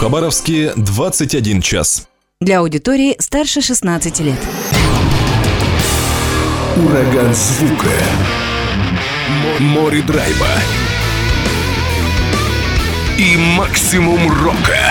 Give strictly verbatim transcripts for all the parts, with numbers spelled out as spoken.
Хабаровске двадцать один час. Для аудитории старше шестнадцати лет. Ураган звука. Море драйва. И максимум рока.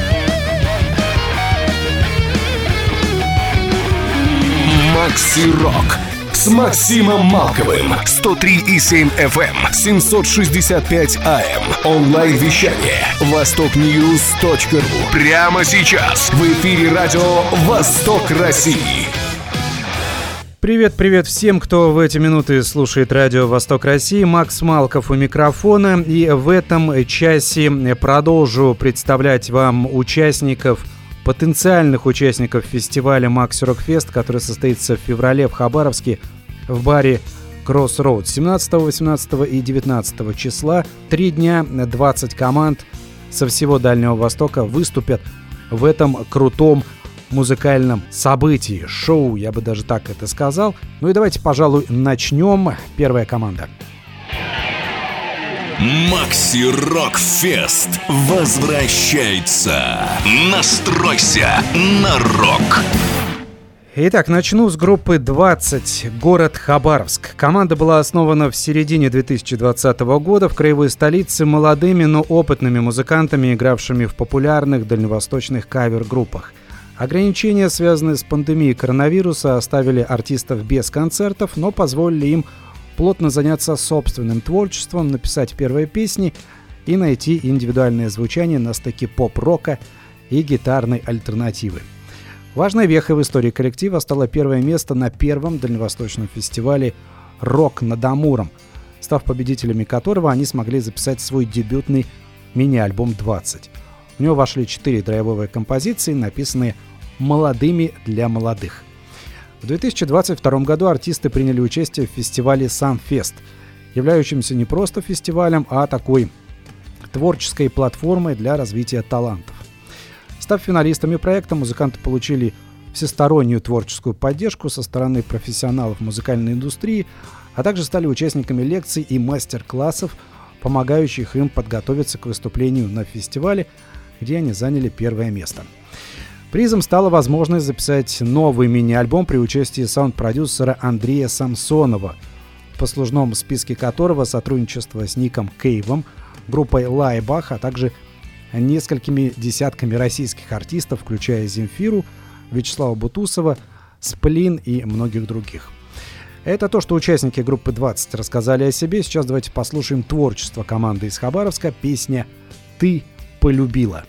Макси Рок с Максимом Малковым. сто три и семь эф эм, семьсот шестьдесят пять а эм. Онлайн-вещание восток ньюс точка ру. Прямо сейчас в эфире радио «Восток России». Привет-привет всем, кто в эти минуты слушает радио «Восток России». Макс Малков у микрофона. И в этом часе продолжу представлять вам участников, потенциальных участников фестиваля Макси Рок Фест, который состоится в феврале в Хабаровске в баре Crossroads. семнадцатого, восемнадцатого и девятнадцатого числа. Три дня, двадцать команд со всего Дальнего Востока выступят в этом крутом музыкальном событии, шоу, я бы даже так это сказал. Ну и давайте, пожалуй, начнем. Первая команда. Макси Рок Фест возвращается. Настройся на рок. Итак, начну с группы двадцать, город Хабаровск. Команда была основана в середине две тысячи двадцатого года в краевой столице молодыми, но опытными музыкантами, игравшими в популярных дальневосточных кавер-группах. Ограничения, связанные с пандемией коронавируса, оставили артистов без концертов, но позволили им плотно заняться собственным творчеством, написать первые песни и найти индивидуальное звучание на стыке поп-рока и гитарной альтернативы. Важной вехой в истории коллектива стало первое место на первом дальневосточном фестивале «Рок над Амуром», став победителями которого они смогли записать свой дебютный мини-альбом «двадцать». В него вошли четыре драйвовые композиции, написанные молодыми для молодых. В две тысячи двадцать втором году артисты приняли участие в фестивале Sunfest, являющемся не просто фестивалем, а такой творческой платформой для развития талантов. Став финалистами проекта, музыканты получили всестороннюю творческую поддержку со стороны профессионалов музыкальной индустрии, а также стали участниками лекций и мастер-классов, помогающих им подготовиться к выступлению на фестивале, где они заняли первое место. Призом стала возможность записать новый мини-альбом при участии саунд-продюсера Андрея Самсонова, в послужном списке которого сотрудничество с Ником Кейвом, группой Лайбах, а также несколькими десятками российских артистов, включая Земфиру, Вячеслава Бутусова, Сплин и многих других. Это то, что участники группы двадцать рассказали о себе. Сейчас давайте послушаем творчество команды из Хабаровска. Песня «Ты полюбила».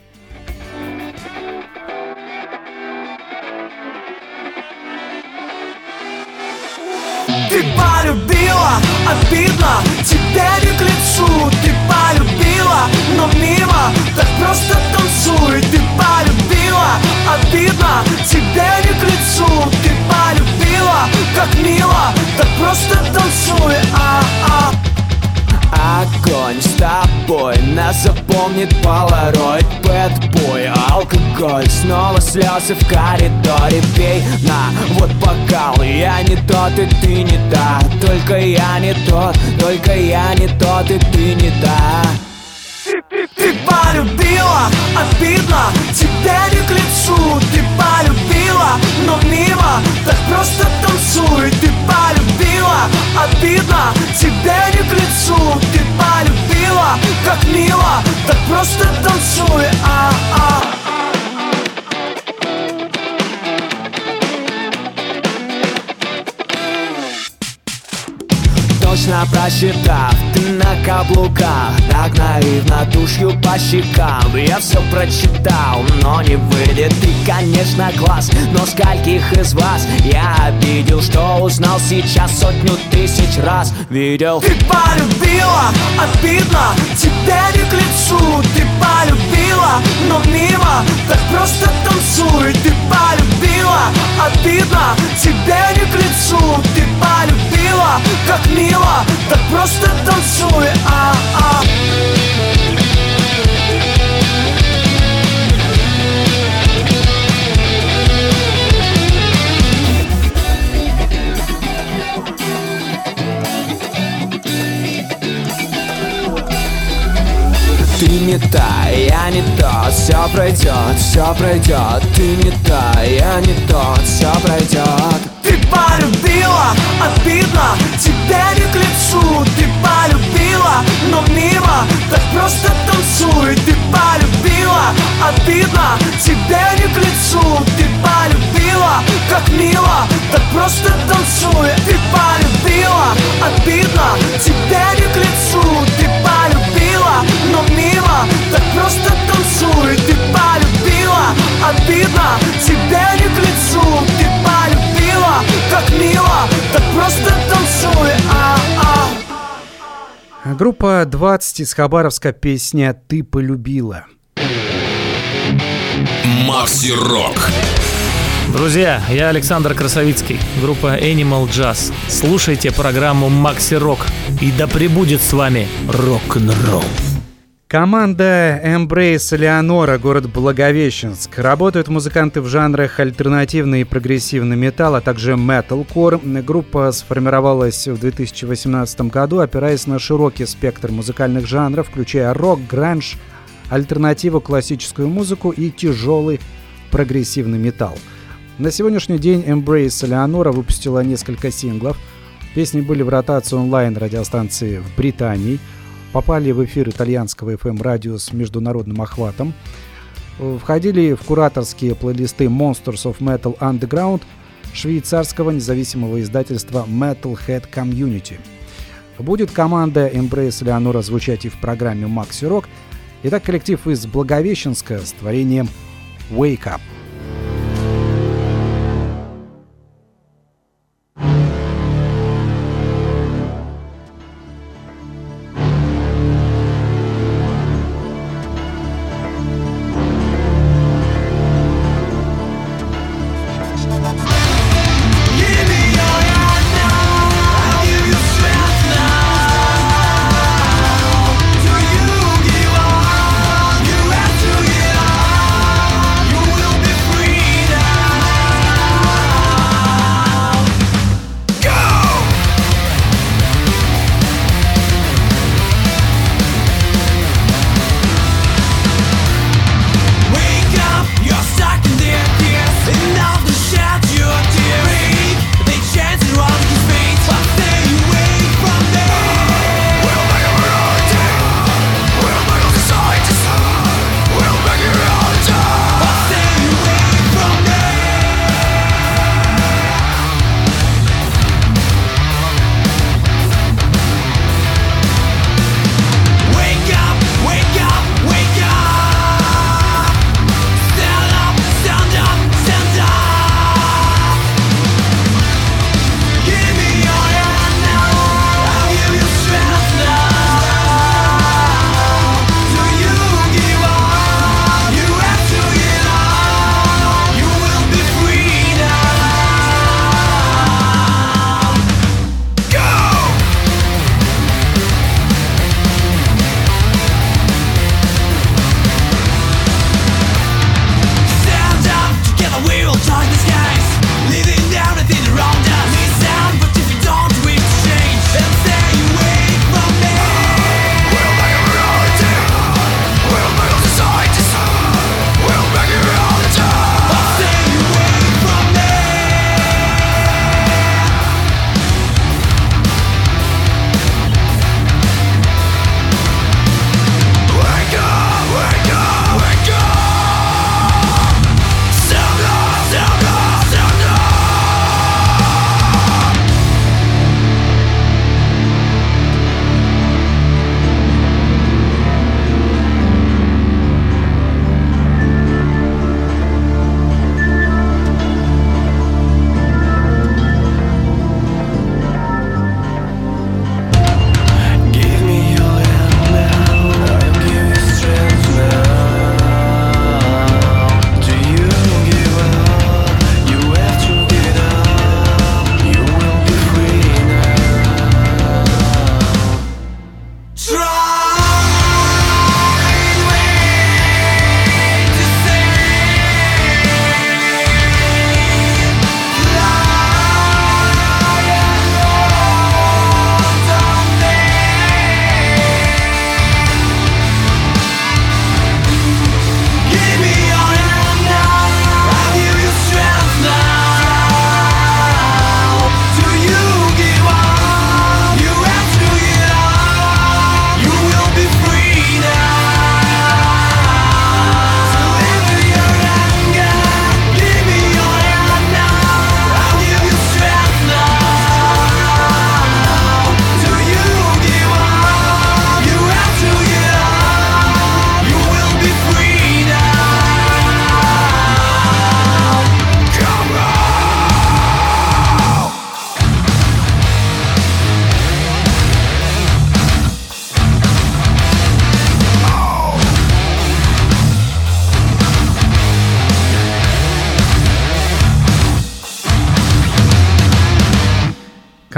Ты полюбила, обидно, тебе не к лицу. Ты полюбила, но мимо, так просто танцуй. Ты полюбила, обидно, тебе не к лицу. Ты полюбила, как мило, так просто танцуй. А-а. Огонь с тобой нас запомнит полароид. Бэтбой, алкоголь, снова слезы в коридоре. Пей на вот бокал, я не тот и ты не та. Только я не тот, только я не тот и ты не та. Ты, ты, ты полюбила, обидно, тебе не к лицу. Ты полюбила, но мимо, так просто танцуй. Ты полюбила, обидно, тебе не к лицу. Ты полюбила, как мило, так просто танцуй. А-а. Точно просчитав, ты на каблуках, так наивно тушью по щекам. Я все прочитал, но не выйдет. Ты, конечно, класс, но скольких из вас я обидел, что узнал сейчас сотню тысяч раз видел. Ты полюбила, обидно, тебе не к лицу. Ты полюбила, но мимо, так просто танцуй. Ты полюбила, обидно, тебе не к лицу. Ты полюбила, как мило, так просто танцуй. А-а. ты не та, я не тот. Все пройдет, все пройдет. Ты не та, я не тот. Все пройдет. Ты полюбила, обидно, тебе не к лицу. Ты полюбила, но мимо, так просто танцуй. Ты полюбила, обидно, тебе не к лицу. Ты полюбила, как мило, так просто танцуй. Ты полюбила, обидно, тебе не к лицу. Ты полюбила, но мимо, так просто танцуй. Ты полюбила, обидно, тебе не к лицу. Ты полюбила, как мило, так просто танцуй. А-а. Группа двадцать из Хабаровска, песня «Ты полюбила». Макси Рок. Друзья, я Александр Красовицкий, группа Animal Jazz. Слушайте программу Макси Рок, и да пребудет с вами рок-н-ролл. Команда Embrace Элеонора, город Благовещенск. Работают музыканты в жанрах альтернативный и прогрессивный металл, а также металкор. Группа сформировалась в две тысячи восемнадцатом году, опираясь на широкий спектр музыкальных жанров, включая рок, гранж, альтернативу, классическую музыку и тяжелый прогрессивный металл. На сегодняшний день Embrace Элеонора выпустила несколько синглов. Песни были в ротации онлайн-радиостанции в Британии, попали в эфир итальянского эф эм-радио с международным охватом, входили в кураторские плейлисты Monsters of Metal Underground швейцарского независимого издательства Metalhead Community. Будет команда Embrace Элеонора звучать и в программе Макси Рок. Итак, коллектив из Благовещенска с творением «Wake Up». You will be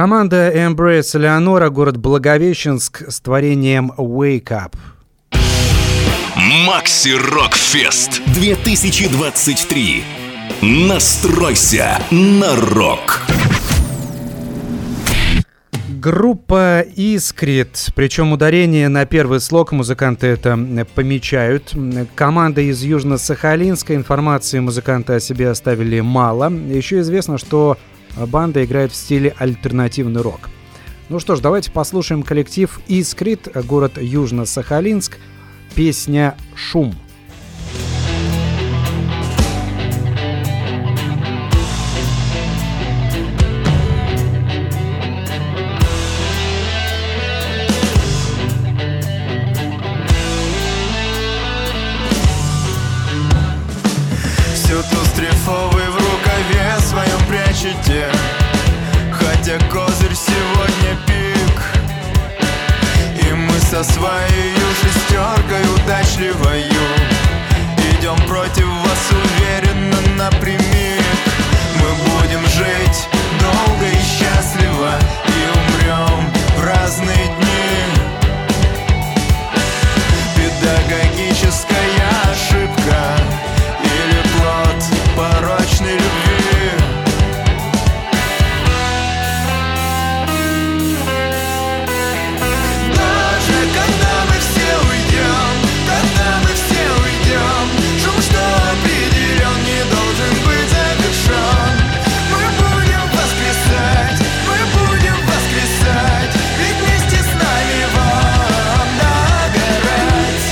Команда Embrace Eleonora, город Благовещенск с творением Wake Up. Макси Рок Фест две тысячи двадцать три. Настройся на рок. Группа Искрит, причем ударение на первый слог музыканты это помечают. Команда из Южно-Сахалинска, информации музыканты о себе оставили мало. Еще известно, что банда играет в стиле альтернативный рок. Ну что ж, давайте послушаем коллектив Искрит, город Южно-Сахалинск, песня «Шум». Стрифовый в рукаве своем прячете, хотя козырь сегодня пик. И мы со своей шестеркой удачливою идем против вас уверенно напрямик. Мы будем жить долго и счастливо и умрем в разные дни. Педагогическая ошибка или плод порочной любви. Даже когда мы все уйдем, когда мы все уйдем, шум, что определен, не должен быть завершен. Мы будем воскресать, мы будем воскресать, ведь вместе с нами вам нагорать.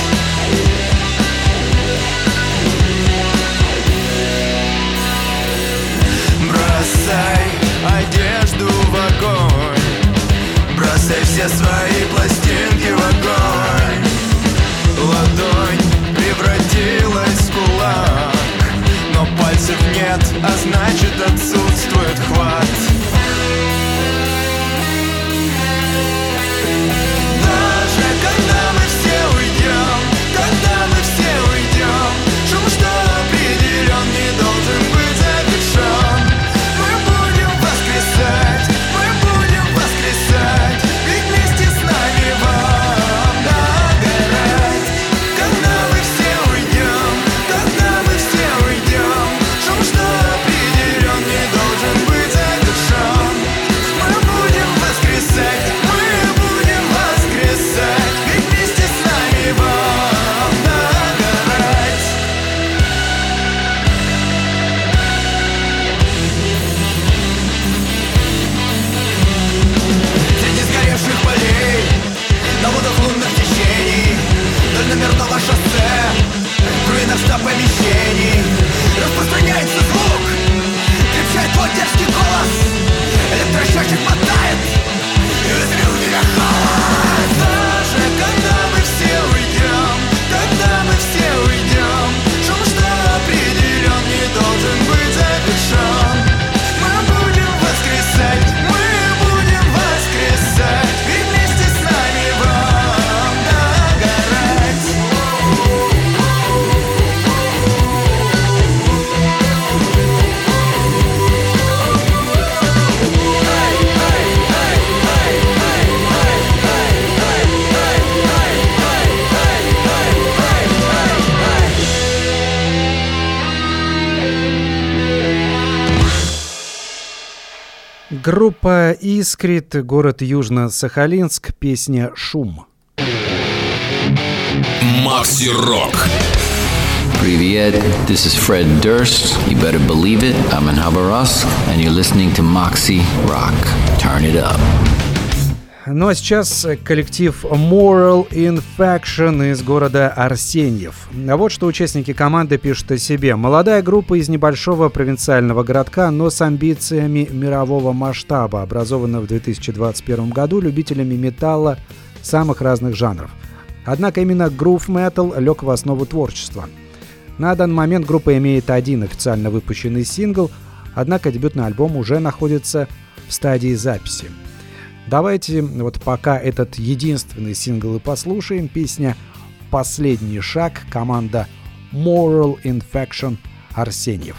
Бросай одежду в огонь, бросай все свои пластинки в огонь. Ладонь превратилась в кулак, но пальцев нет, а значит отсутствует хват. Даже когда мы все уйдем, когда мы все уйдем, шум, что определен, не должен быть завершен. Мы будем воскресать, мы будем воскресать, ведь вместе с нами вам нагорать. Когда мы все уйдем, когда мы все уйдем, шум, что определен, не должен быть завершен. Мы будем воскресать, мы будем воскресать, ведь вместе с нами вам нагорать. Среди сгоревших полей, на водах лунных течений, вдоль номерного шоссе, в руинах ста помещений распространяется звук, крепчает твой дерзкий голос, электрощечек мотает, и разрыл меня холод. Даже когда мы все уйдем, когда мы все уйдем, шум, что определен, не должен быть завершен. Мы будем воскресать, мы будем воскресать, ведь вместе с нами вам нагорать. Группа Искрит, город Южно-Сахалинск, песня «Шум». Макси Рок. Привет, this is Fred Durst. You better believe it, I'm in Habarovsk, and you're listening to Moxie Rock. Turn it up. Ну а сейчас коллектив Moral Infection из города Арсеньев. А вот что участники команды пишут о себе. Молодая группа из небольшого провинциального городка, но с амбициями мирового масштаба, образована в две тысячи двадцать первом году любителями металла самых разных жанров. Однако именно грув-метал лег в основу творчества. На данный момент группа имеет один официально выпущенный сингл, однако дебютный альбом уже находится в стадии записи. Давайте вот пока этот единственный сингл и послушаем. Песня «Последний шаг», команда Moral Infection, Арсеньев.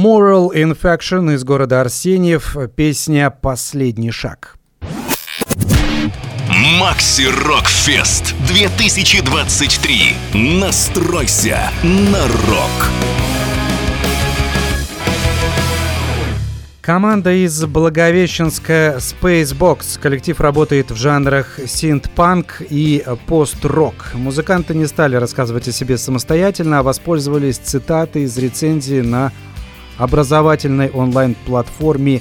Moral Infection из города Арсеньев, песня «Последний шаг». Макси Рок Фест две тысячи двадцать три. Настройся на рок. Команда из Благовещенска Spacebox. Коллектив работает в жанрах синт-панк и пост-рок. Музыканты не стали рассказывать о себе самостоятельно, а воспользовались цитатой из рецензии на образовательной онлайн-платформе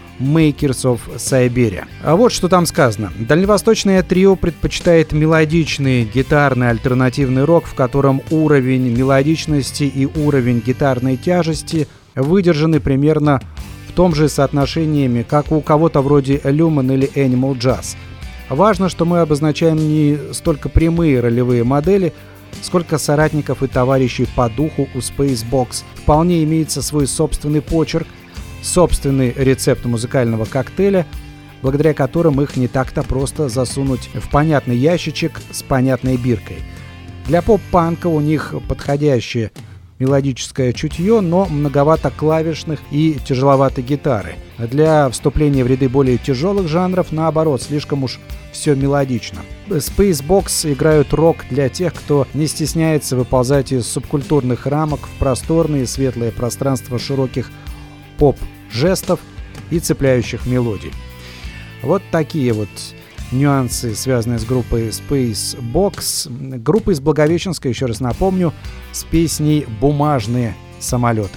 Makers of Siberia. А вот что там сказано. Дальневосточное трио предпочитает мелодичный гитарный альтернативный рок, в котором уровень мелодичности и уровень гитарной тяжести выдержаны примерно в том же соотношениями, как у кого-то вроде Lumen или Animal Jazz. Важно, что мы обозначаем не столько прямые ролевые модели, сколько соратников и товарищей по духу у Spacebox. Вполне имеется свой собственный почерк, собственный рецепт музыкального коктейля, благодаря которым их не так-то просто засунуть в понятный ящичек с понятной биркой. Для поп-панка у них подходящее мелодическое чутье, но многовато клавишных и тяжеловатой гитары. А для вступления в ряды более тяжелых жанров, наоборот, слишком уж все мелодично. Spacebox играют рок для тех, кто не стесняется выползать из субкультурных рамок в просторные светлые пространства широких поп-жестов и цепляющих мелодий. Вот такие вот нюансы, связанные с группой Spacebox. Группа из Благовещенска, еще раз напомню, с песней «Бумажные самолеты».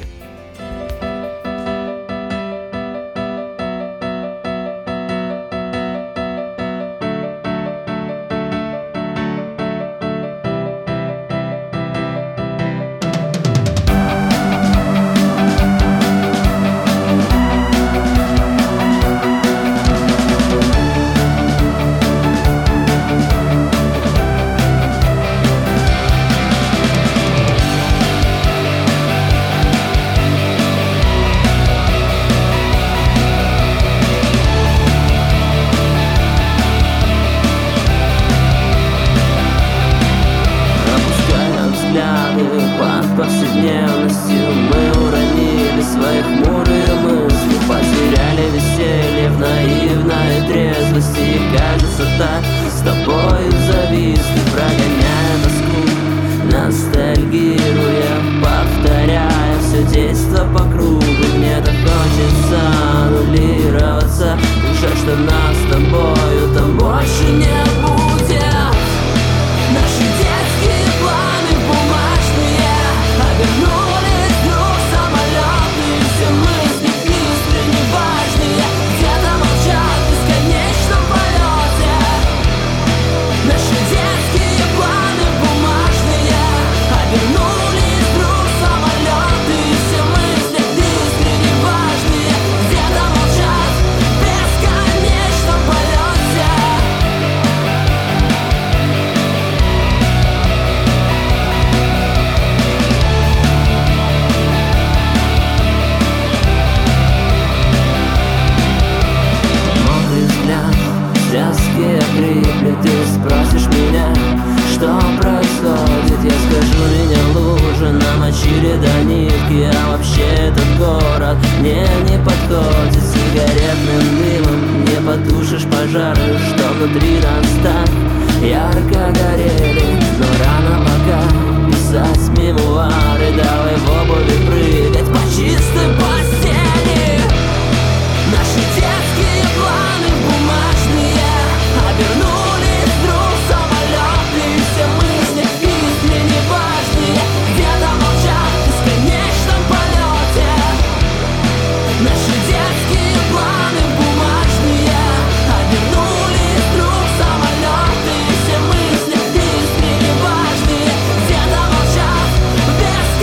Бесконечно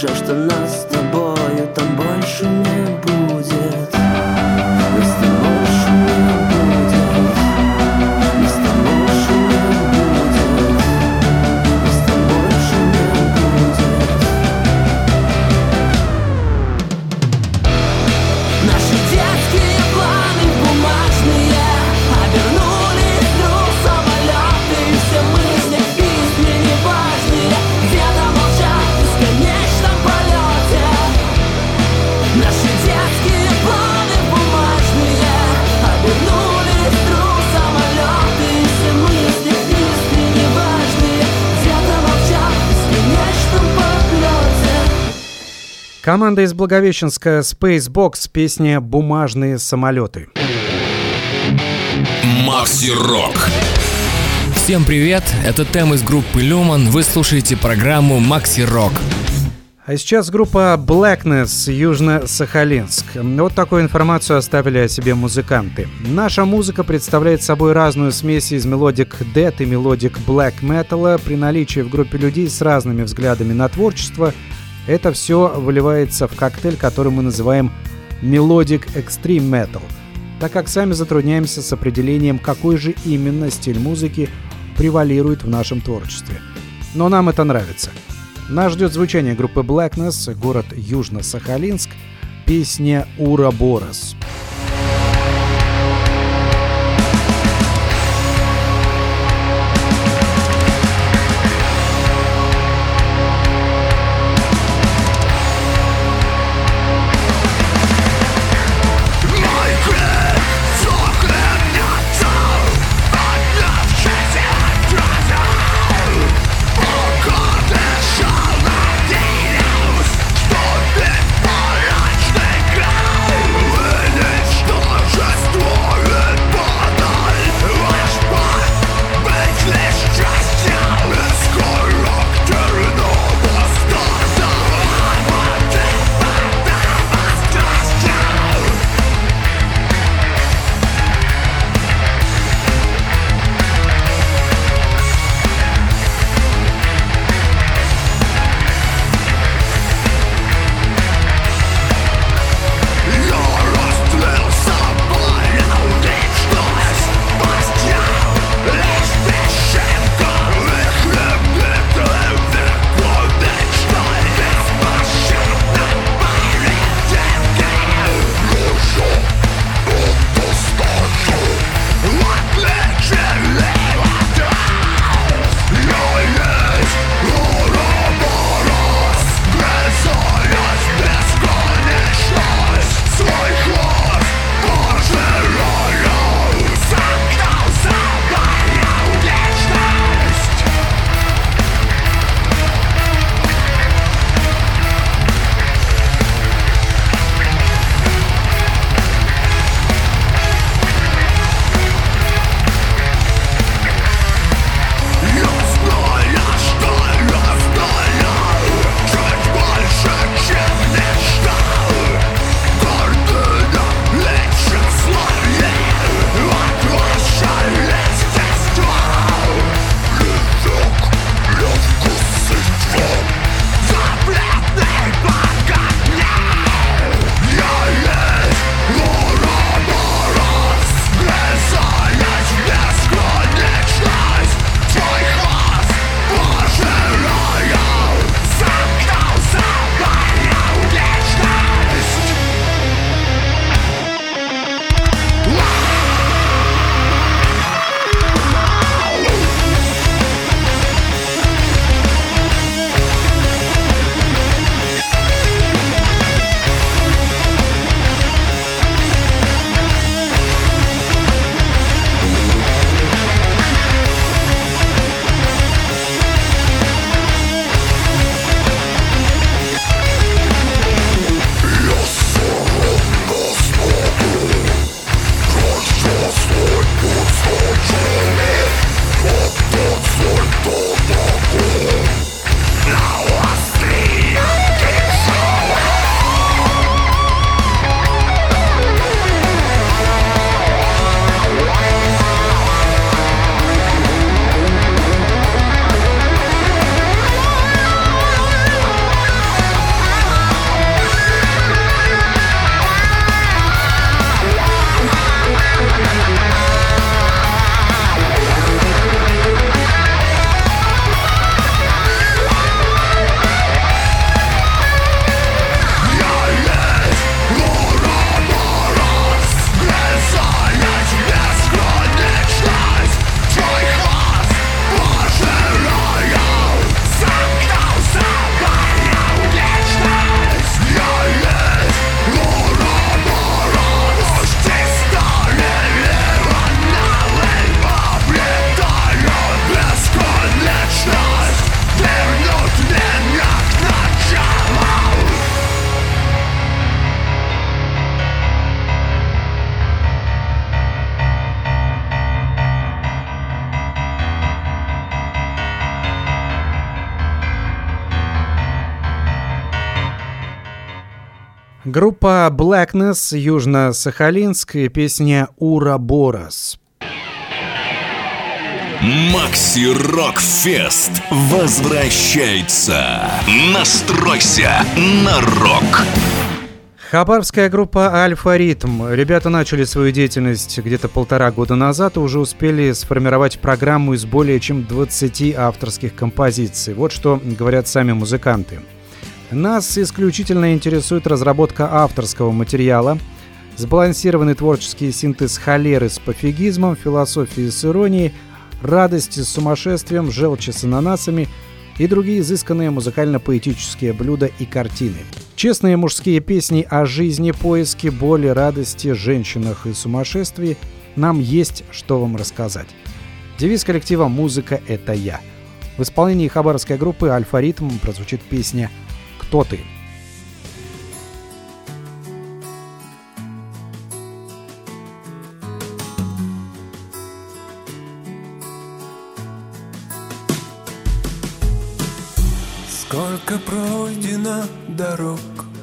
Жаль, что нас с тобою там больше не будет. Нас там больше не будет. Нас там больше не будет. Нас там больше не будет. Наши детские планы бумажные обернулись вдруг самолеты. И все мысли в письме неважные где-то молчат в бесконечном полете. Наши детские планы бумажные обернулись вдруг самолеты. И все мысли в письме неважные где-то молчат в бесконечном полете. Команда из Благовещенска Spacebox, песня «Бумажные самолеты». Макси Рок. Всем привет, это Тем из группы Люман, вы слушаете программу Макси Рок. А сейчас группа Blackness, Южно-Сахалинск. Вот такую информацию оставили о себе музыканты. Наша музыка представляет собой разную смесь из мелодик дэт и мелодик блэк металла. При наличии в группе людей с разными взглядами на творчество это все выливается в коктейль, который мы называем Melodic Extreme Metal, так как сами затрудняемся с определением, какой же именно стиль музыки превалирует в нашем творчестве. Но нам это нравится. Нас ждет звучание группы Blackness, город Южно-Сахалинск, песня «Ураборос». Stupid, порочный край. Группа Blackness, Южно-Сахалинск, и песня «Ураборос». Макси Рок Фест возвращается. Настройся на рок. Хабаровская группа «Альфа Ритм». Ребята начали свою деятельность где-то полтора года назад и уже успели сформировать программу из более чем двадцати авторских композиций. Вот что говорят сами музыканты. Нас исключительно интересует разработка авторского материала, сбалансированный творческий синтез холеры с пофигизмом, философии с иронией, радости с сумасшествием, желчи с ананасами и другие изысканные музыкально-поэтические блюда и картины. Честные мужские песни о жизни, поиске, боли, радости, женщинах и сумасшествии. Нам есть что вам рассказать. Девиз коллектива «Музыка – это я». В исполнении хабаровской группы «Альфа Ритм» прозвучит песня «Кто ты?». Сколько пройдено дорог,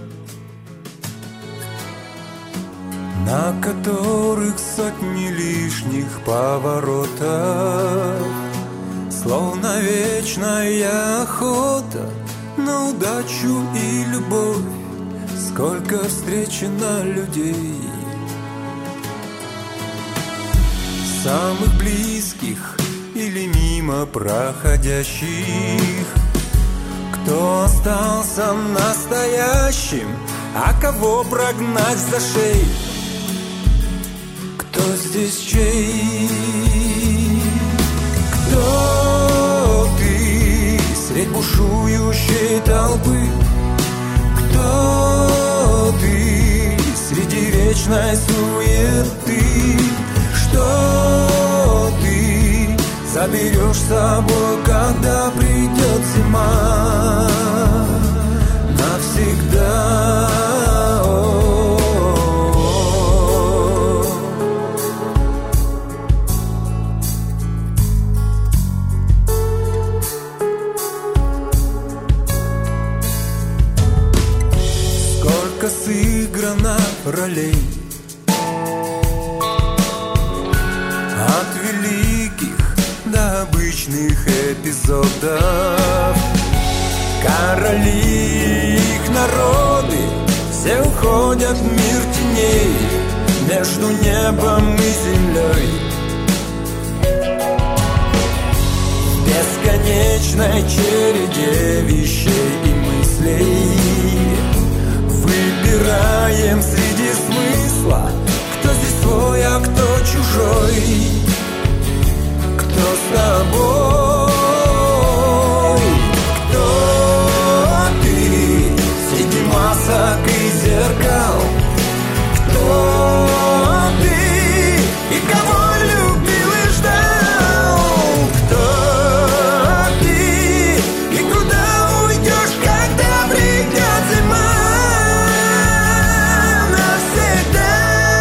на которых сотни лишних поворотов, словно вечная охота на удачу и любовь. Сколько встречено людей, самых близких или мимо проходящих. Кто остался настоящим, а кого прогнать за шею? Кто здесь чей? Кто ты средь бушующей толпы? Кто ты среди вечной суеты? Что ты заберешь с собой, когда придет зима? Навсегда. Сколько сыграно ролей, от великих до обычных эпизодов. Короли, их народы, все уходят в мир теней, между небом и землей. В бесконечной череде вещей и мыслей выбираем среди смысла, кто здесь свой, а кто чужой. Кто с тобой? Масок и зеркал. Кто ты и кого любил и ждал? Кто ты и куда уйдешь, когда придет зима? Навсегда.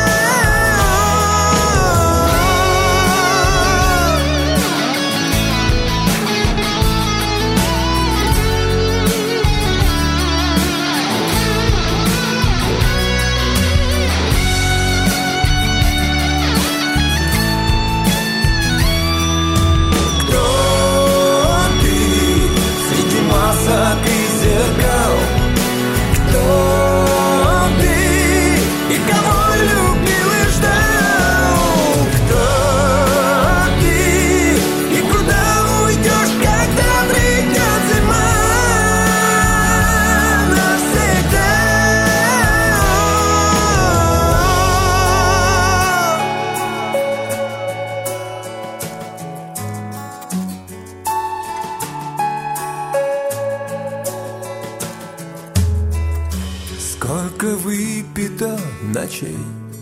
Сколько выпито ночей,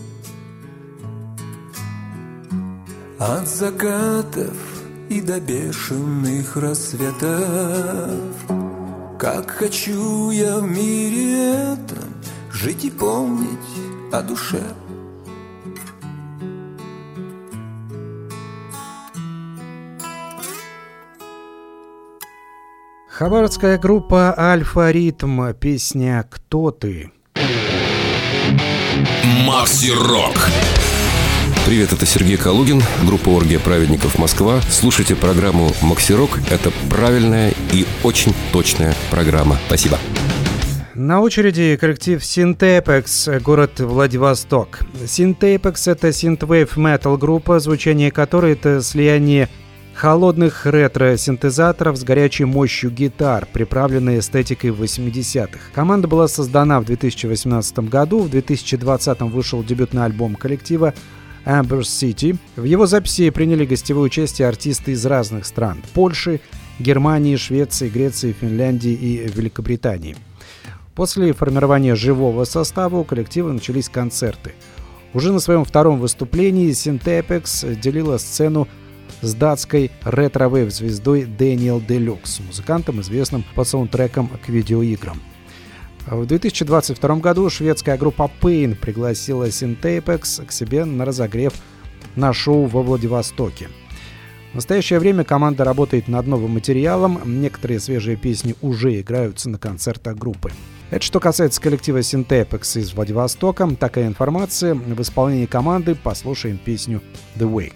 от закатов и до бешеных рассветов. Как хочу я в мире этом жить и помнить о душе. Хабаровская группа «Альфа Ритм», песня «Кто ты?». Макси Рок. Привет, это Сергей Калугин, группа «Оргия праведников Москва». Слушайте программу «Макси Рок». Это правильная и очень точная программа. Спасибо. На очереди коллектив Synthepx, город Владивосток. Synthepx — это синтвейв метал группа, звучание которой — это слияние холодных ретро-синтезаторов с горячей мощью гитар, приправленной эстетикой восьмидесятых. Команда была создана в две тысячи восемнадцатом году, в две тысячи двадцатом вышел дебютный альбом коллектива Amber City. В его записи приняли гостевое участие артисты из разных стран – Польши, Германии, Швеции, Греции, Финляндии и Великобритании. После формирования живого состава у коллектива начались концерты. Уже на своем втором выступлении Synthepx делила сцену с датской ретро-вейв-звездой Daniel Deluxe, музыкантом, известным по саундтрекам к видеоиграм. В две тысячи двадцать втором году шведская группа Pain пригласила Synthepx к себе на разогрев на шоу во Владивостоке. В настоящее время команда работает над новым материалом, некоторые свежие песни уже играются на концертах группы. Это что касается коллектива Synthepx из Владивостока. Такая информация. В исполнении команды послушаем песню «The Wake».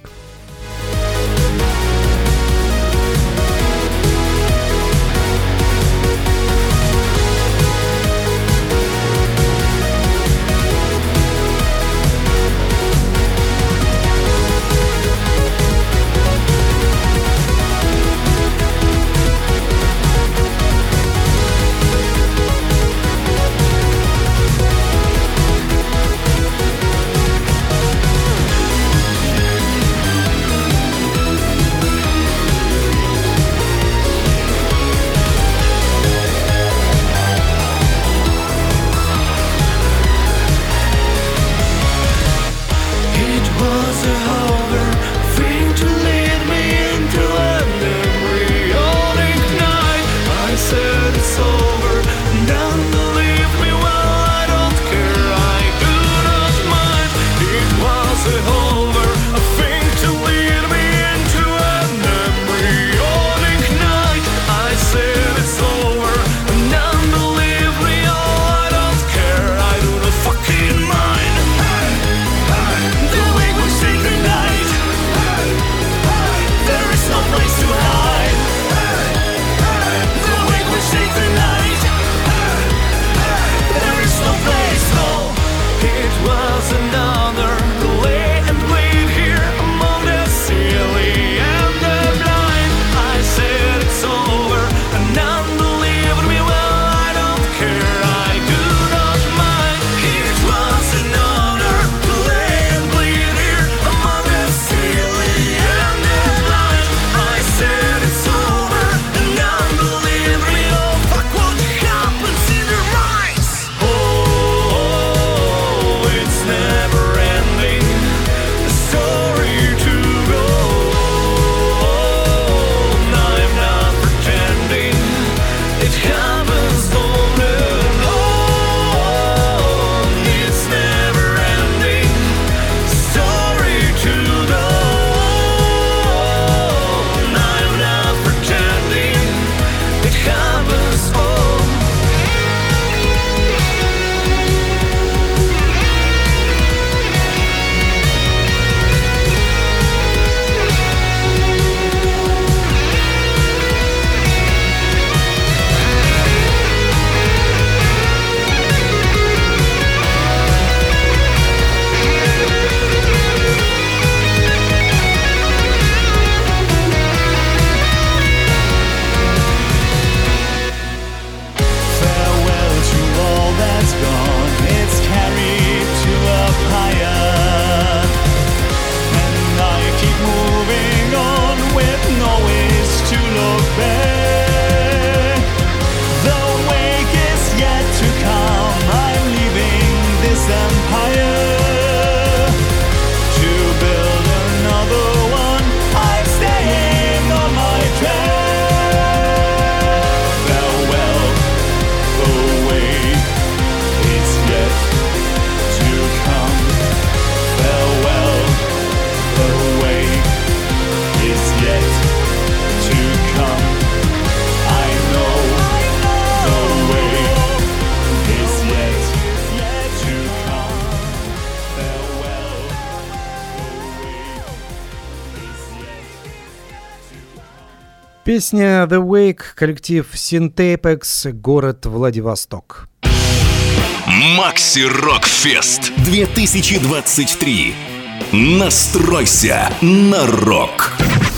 Песня The Wake, коллектив Syntapex, город Владивосток. Макси Рок Фест две тысячи двадцать три. Настройся на рок.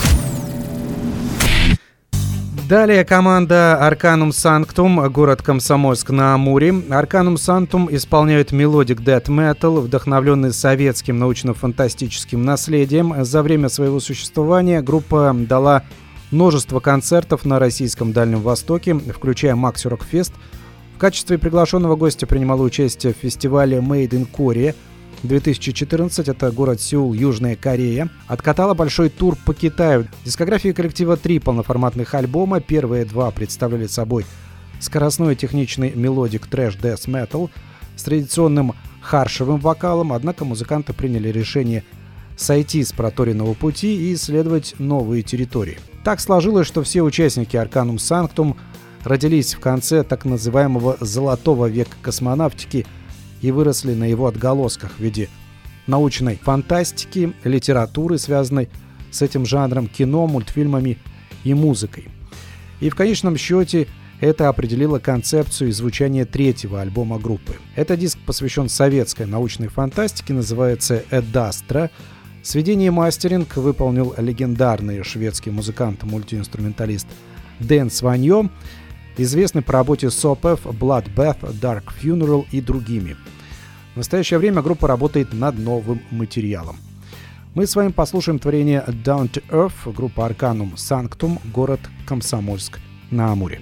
Далее команда Arcanum Sanctum, город Комсомольск-на-Амуре. Arcanum Sanctum исполняют мелодик Death Metal, вдохновленный советским научно-фантастическим наследием. За время своего существования группа дала множество концертов на российском Дальнем Востоке, включая Макси Рок Фест. В качестве приглашенного гостя принимала участие в фестивале Made in Korea две тысячи четырнадцать, это город Сеул, Южная Корея. Откатала большой тур по Китаю. В дискографии коллектива три полноформатных альбома. Первые два представляли собой скоростной техничный мелодик трэш death metal с традиционным харшевым вокалом, однако музыканты приняли решение сойти с проторенного пути и исследовать новые территории. Так сложилось, что все участники Arcanum Sanctum родились в конце так называемого «золотого века космонавтики» и выросли на его отголосках в виде научной фантастики, литературы, связанной с этим жанром, кино, мультфильмами и музыкой. И в конечном счете это определило концепцию и звучание третьего альбома группы. Этот диск посвящен советской научной фантастике, называется «Эдастра». Сведение и мастеринг выполнил легендарный шведский музыкант-мультиинструменталист Дэн Сваньо, известный по работе Sopeth, Bloodbath, Dark Funeral и другими. В настоящее время группа работает над новым материалом. Мы с вами послушаем творение Down to Earth, группа Arcanum Sanctum, город Комсомольск-на-Амуре.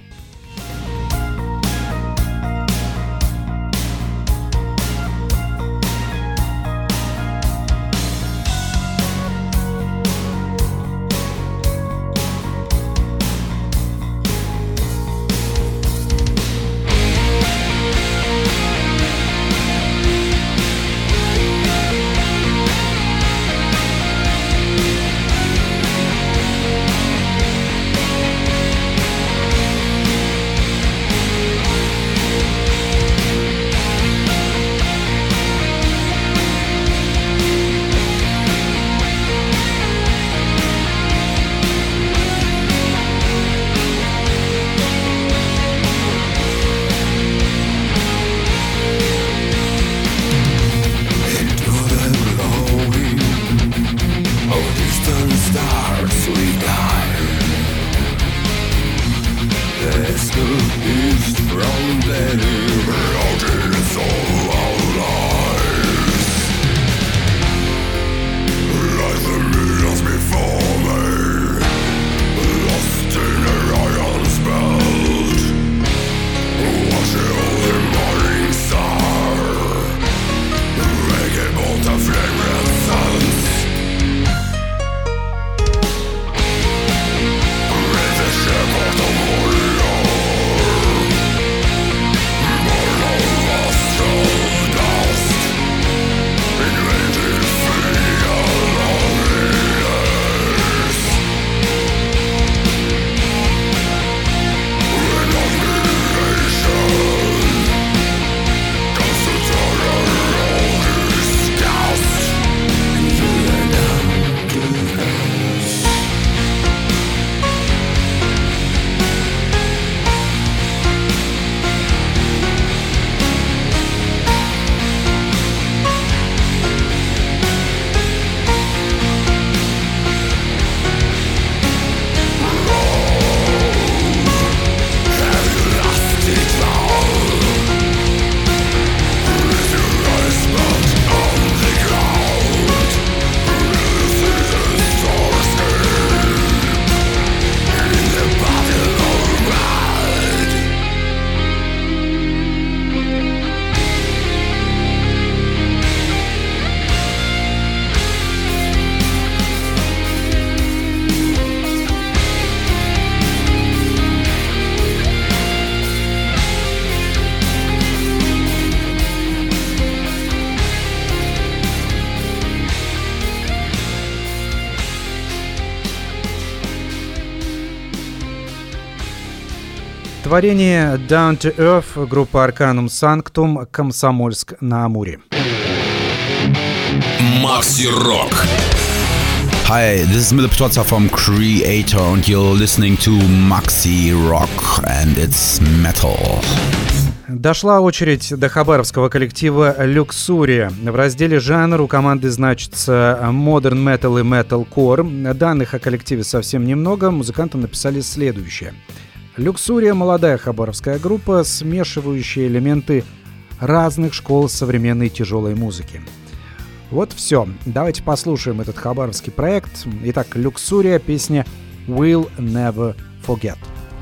Творение Down to Earth, группа Arcanum Sanctum, Комсомольск-на-Амуре. Макси Рок. Hi, this is Mille Ptotza from Creator and you're listening to Maxi Rock and it's metal. Дошла очередь до хабаровского коллектива «Люксурия». В разделе «Жанр» у команды значится Modern Metal и Metalcore. Данных о коллективе совсем немного. Музыканты написали следующее. «Люксурия» — молодая хабаровская группа, смешивающая элементы разных школ современной тяжелой музыки. Вот все. Давайте послушаем этот хабаровский проект. Итак, «Люксурия», песня «We'll Never Forget».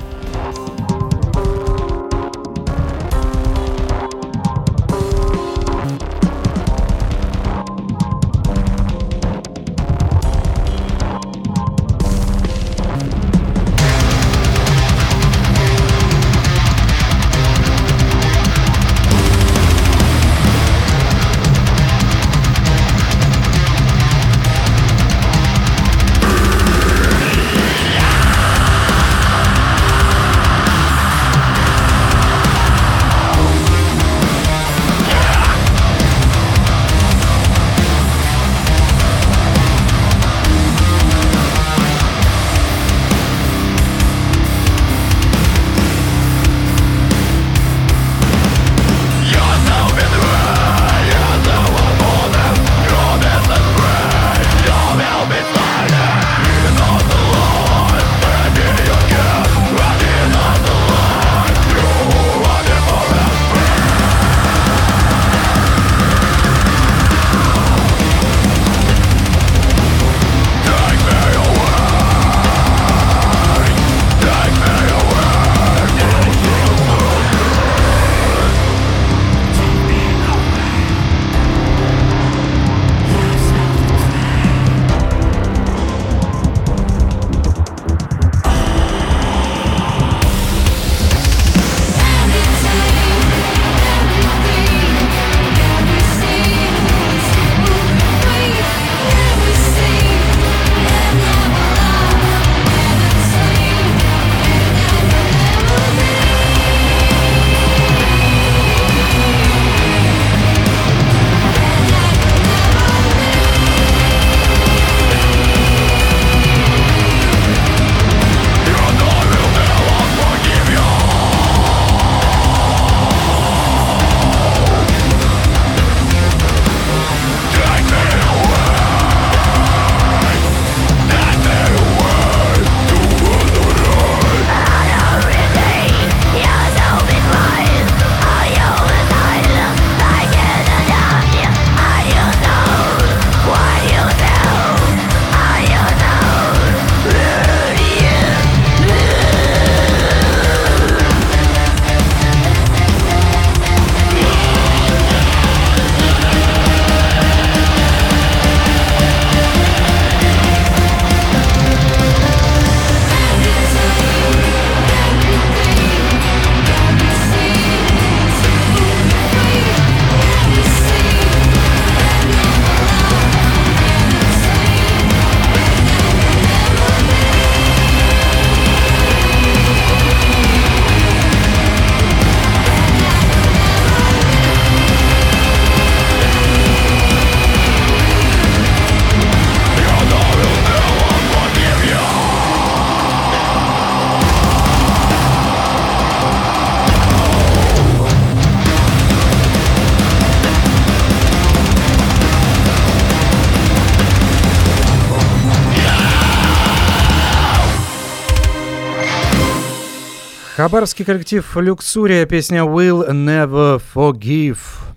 Хабаровский коллектив «Люксурия», песня «We'll Never Forgive».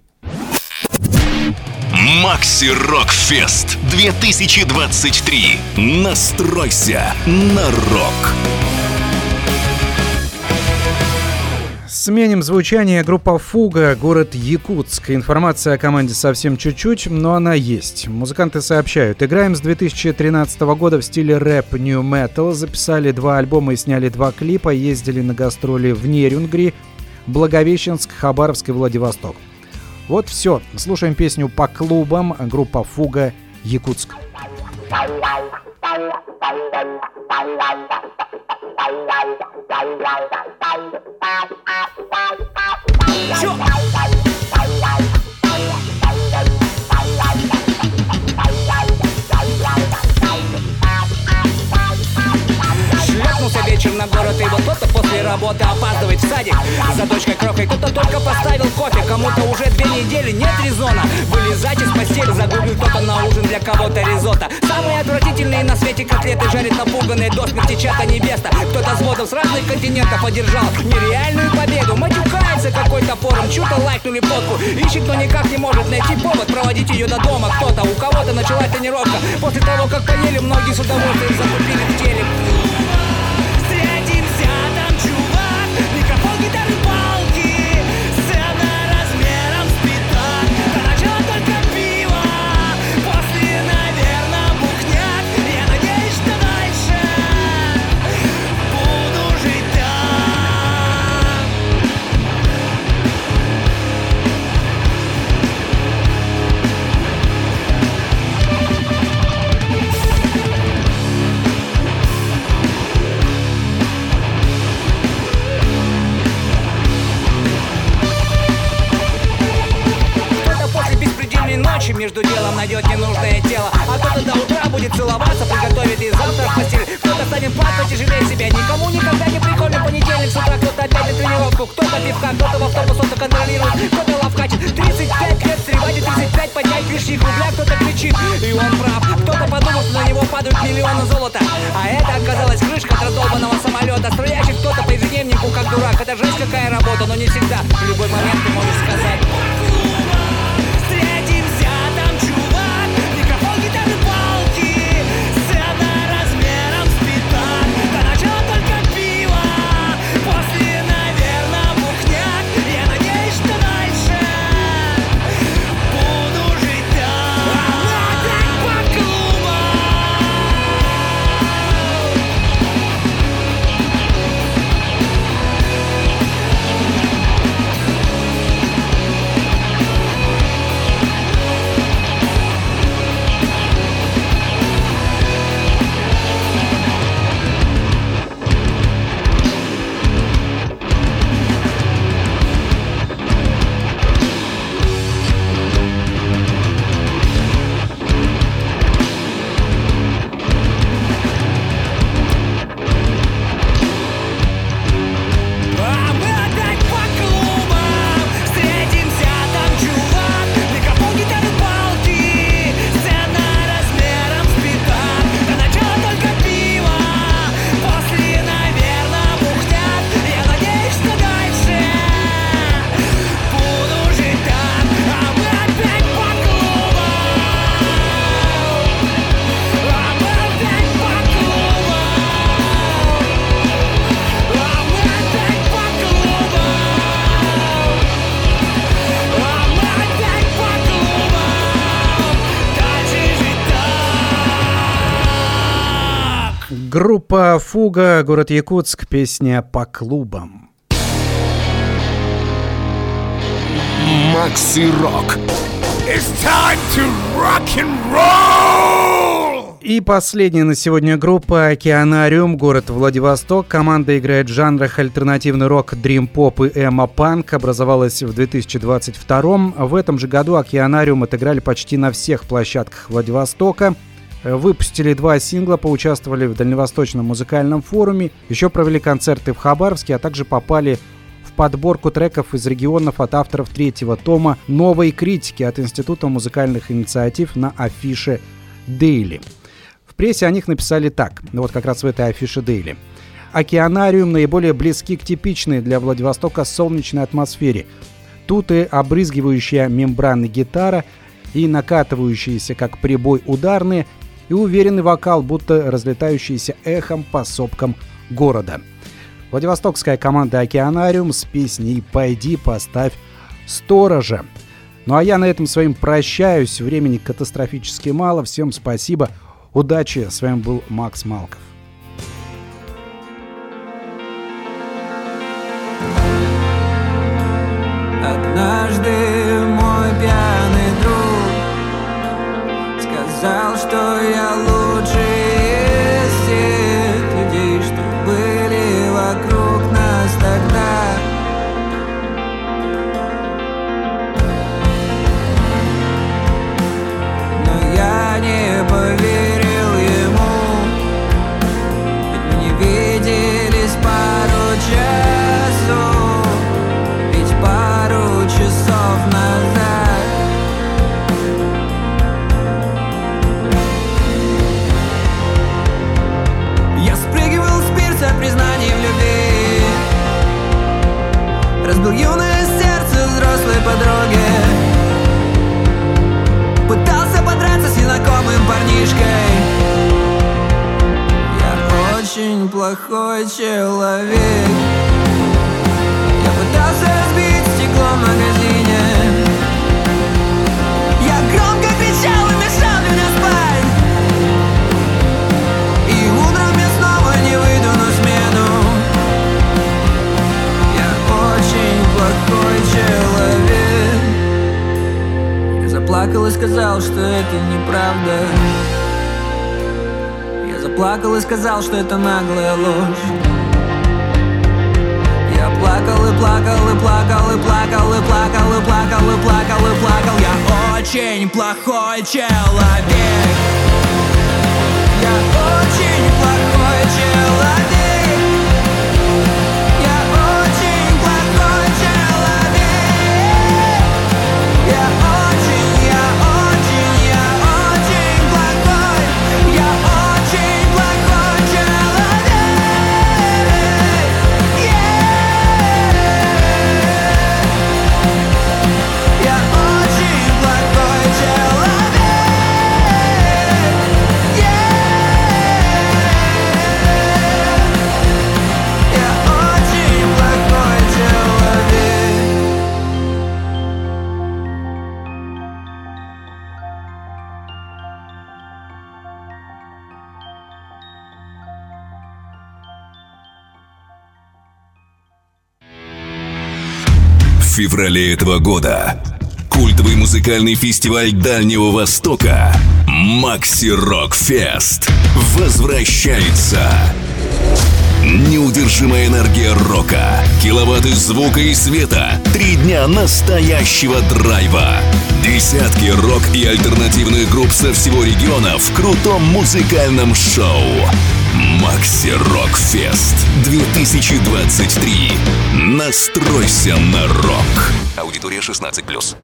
Макси Рок Фест две тысячи двадцать три. Настройся на рок. Сменим звучание. Группа «Фуга», город Якутск. Информация о команде совсем чуть-чуть, но она есть. Музыканты сообщают: играем с две тысячи тринадцатого года в стиле рэп New Metal. Записали два альбома и сняли два клипа. Ездили на гастроли в Нерюнгри, Благовещенск, Хабаровск и Владивосток. Вот все. Слушаем песню «По клубам». Группа «Фуга», Якутск. работы опаздывает в садик за дочкой крохой. Кто-то только поставил кофе, кому-то уже две недели нет резона вылезать из постели, загуглил кто-то на ужин для кого-то ризотто. Самые отвратительные на свете котлеты жарит напуганные до смерти чата невеста. Кто-то с водом с разных континентов одержал нереальную победу. Матюкается какой-то форум, чью-то лайкнули фотку, ищет, но никак не может найти повод проводить ее до дома. Кто-то, у кого-то началась тренировка после того, как поели, многие с удовольствием закупили в теле. Встретимся там, чувак, микрофон, гитары, палки, сцена размером с пятак. До начала только пиво, после, наверное, бухняк. Я надеюсь, что дальше буду жить там. Ночи между делом найдет ненужное тело, а кто-то до утра будет целоваться, приготовит и завтра в постель. Кто-то станет плакать потяжелее себя, никому никогда не прикольный понедельник с утра. Кто-то опять на тренировку, кто-то пивка, кто-то в автобус он контролирует, кто-то лавкачит. Тридцать пять лет стревать и тридцать пять поднять лишних рубля, кто-то кричит, и он прав. Кто-то подумал, что на него падают миллионы золота, а это оказалась крышка от раздолбанного самолета. Стрелящий кто-то по ежедневнику как дурак. Это жесть какая работа, но не всегда. В любой момент ты можешь сказать: встретимся там, чувак, микрофон, гитары, палки, сцена размером с пятак. До начала только пиво, после, наверное, бухняк. Я надеюсь, что дальше буду жить там. Опять по клубам. Группа «Фуга», город Якутск, песня «По клубам». Макси Рок. It's time to rock and roll! И последняя на сегодня группа «Океанариум», город Владивосток. Команда играет в жанрах альтернативный рок, дрим-поп и эмо-панк. Образовалась в две тысячи двадцать втором. В этом же году «Океанариум» отыграли почти на всех площадках Владивостока. Выпустили два сингла, поучаствовали в Дальневосточном музыкальном форуме, еще провели концерты в Хабаровске, а также попали в подборку треков из регионов от авторов третьего тома «Новой критики» от Института музыкальных инициатив на афише Daily. В прессе о них написали так, вот как раз в этой афише Daily. «Океанариум наиболее близки к типичной для Владивостока солнечной атмосфере. Тут и обрызгивающая мембраны гитара, и накатывающиеся как прибой ударные, и уверенный вокал, будто разлетающийся эхом по сопкам города». Владивостокская команда «Океанариум» с песней «Пойди, поставь сторожа». Ну а я на этом с вами прощаюсь. Времени катастрофически мало. Всем спасибо. Удачи. С вами был Макс Малков. Однажды мой пьяный друг сказал, что я лучший из всех людей, что были вокруг нас тогда. Но я не поверил ему, ведь мы не виделись пару часов. парнишкой. Я очень плохой человек. Я пытался разбить стекло в магазине. Я громко кричал и мешал людям спать. И утром я снова не выйду на смену. Я очень плохой человек. Я заплакал и сказал, что это неправда. Я заплакал и сказал, что это наглая ложь. Я плакал и плакал и плакал и плакал и плакал и плакал и плакал и плакал. Я очень плохой человек. Я очень плохой человек. Я очень плохой человек. Я очень, я очень, я очень плохой. Я очень плохой человек. Я очень плохой человек. Я очень плохой человек. В феврале этого года культовый музыкальный фестиваль Дальнего Востока Макси Рок Фест возвращается. Неудержимая энергия рока, киловатты звука и света, три дня настоящего драйва. Десятки рок и альтернативных групп со всего региона в крутом музыкальном шоу. Макси Рок Фест две тысячи двадцать три. Настройся на рок. Аудитория шестнадцать плюс.